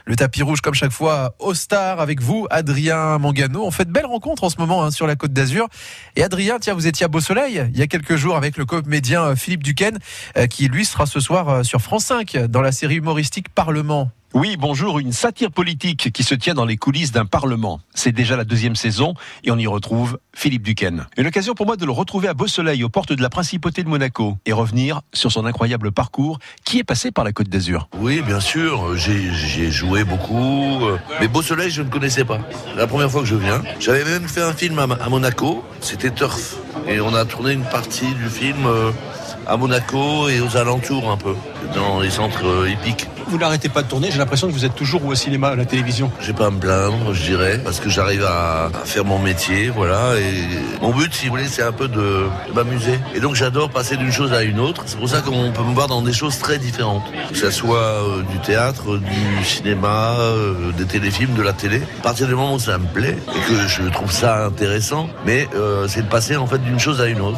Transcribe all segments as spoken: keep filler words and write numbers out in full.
Le tapis rouge comme chaque fois au Star avec vous, Adrien Mangano. On fait de belles rencontres en ce moment hein, sur la Côte d'Azur. Et Adrien, tiens, vous étiez à Beau-Soleil il y a quelques jours avec le comédien Philippe Duquesne euh, qui lui sera ce soir euh, sur France cinq dans la série humoristique Parlement. Oui, bonjour, une satire politique qui se tient dans les coulisses d'un parlement. C'est déjà la deuxième saison et on y retrouve Philippe Duquesne. Une occasion pour moi de le retrouver à Beau-Soleil, aux portes de la Principauté de Monaco, et revenir sur son incroyable parcours qui est passé par la Côte d'Azur. Oui, bien sûr, j'ai, j'ai joué beaucoup, mais Beau-Soleil, je ne connaissais pas. La première fois que je viens, j'avais même fait un film à, à Monaco, c'était Turf, et on a tourné une partie du film euh, à Monaco et aux alentours un peu, dans les centres euh, hippiques. Vous n'arrêtez pas de tourner, j'ai l'impression que vous êtes toujours au cinéma, à la télévision. J'ai pas à me plaindre, je dirais, parce que j'arrive à, à faire mon métier, voilà, et mon but, si vous voulez, c'est un peu de, de m'amuser. Et donc j'adore passer d'une chose à une autre, c'est pour ça qu'on peut me voir dans des choses très différentes. Que ce soit euh, du théâtre, du cinéma, euh, des téléfilms, de la télé. À partir du moment où ça me plaît, et que je trouve ça intéressant, mais euh, c'est de passer en fait d'une chose à une autre.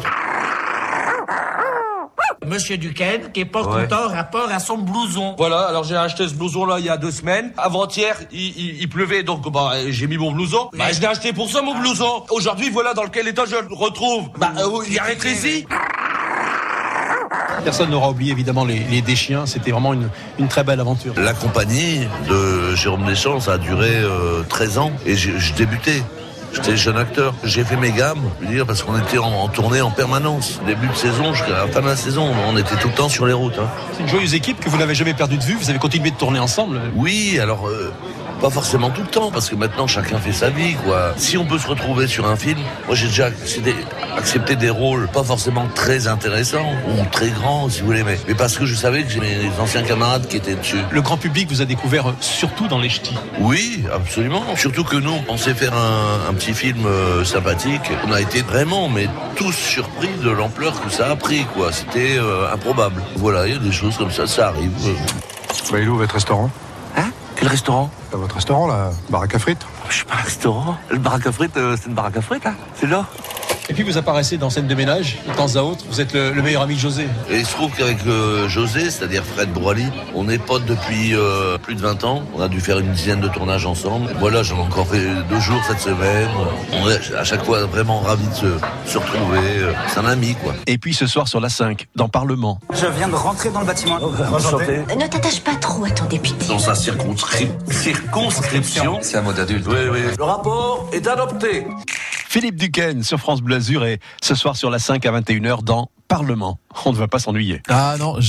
Monsieur Duquesne, qui est pas Ouais. content, rapport à son blouson. Voilà, alors j'ai acheté ce blouson là il y a deux semaines. Avant-hier, il, il, il pleuvait, donc bah, j'ai mis mon blouson. Bah, je l'ai acheté pour ça mon blouson. Aujourd'hui, voilà dans quel état je le retrouve. Bah, euh, il a rétréci. Personne n'aura oublié évidemment les, les Deschiens, c'était vraiment une, une très belle aventure. La compagnie de Jérôme Deschamps, ça a duré euh, treize ans, et je, je débutais. J'étais jeune acteur. J'ai fait mes gammes, je veux dire, parce qu'on était en, en tournée en permanence. Début de saison jusqu'à la fin de la saison, on était tout le temps sur les routes. Hein. C'est une joyeuse équipe que vous n'avez jamais perdue de vue, vous avez continué de tourner ensemble. Oui, alors euh, pas forcément tout le temps, parce que maintenant chacun fait sa vie, quoi. Si on peut se retrouver sur un film, moi j'ai déjà accepté, accepté des rôles pas forcément très intéressants ou très grands, si vous voulez, mais, mais parce que je savais que j'ai mes anciens camarades qui étaient dessus. Le grand public vous a découvert euh, surtout dans les ch'tis. Oui, absolument. Surtout que nous, on sait faire un, un petit film euh, sympathique. On a été vraiment, mais tous surpris de l'ampleur que ça a pris, quoi. C'était euh, improbable. Voilà, il y a des choses comme ça, ça arrive. Bah, il est où votre restaurant? Hein? Quel restaurant? Bah, votre restaurant, la baraque à frites. Je suis pas un restaurant. Le baraque à frites, euh, c'est une baraque à frites, hein? C'est là. Et puis vous apparaissez dans Scène de ménage, de temps à autre, vous êtes le, le meilleur ami de José. Et il se trouve qu'avec euh, José, c'est-à-dire Fred Broily, on est potes depuis euh, plus de vingt ans. On a dû faire une dizaine de tournages ensemble. Voilà, j'en ai encore fait deux jours cette semaine. On est à chaque fois vraiment ravis de se, se retrouver. C'est un ami, quoi. Et puis ce soir sur la cinq, dans Parlement. Je viens de rentrer dans le bâtiment. Enchanté. Ne t'attache pas trop à ton député. Dans sa circonscri- circonscription. C'est un mode adulte. Oui, oui. Le rapport est adopté. Philippe Duquesne sur France Bleu Azur et ce soir sur la cinq à vingt et une heures dans Parlement. On ne va pas s'ennuyer. Ah non.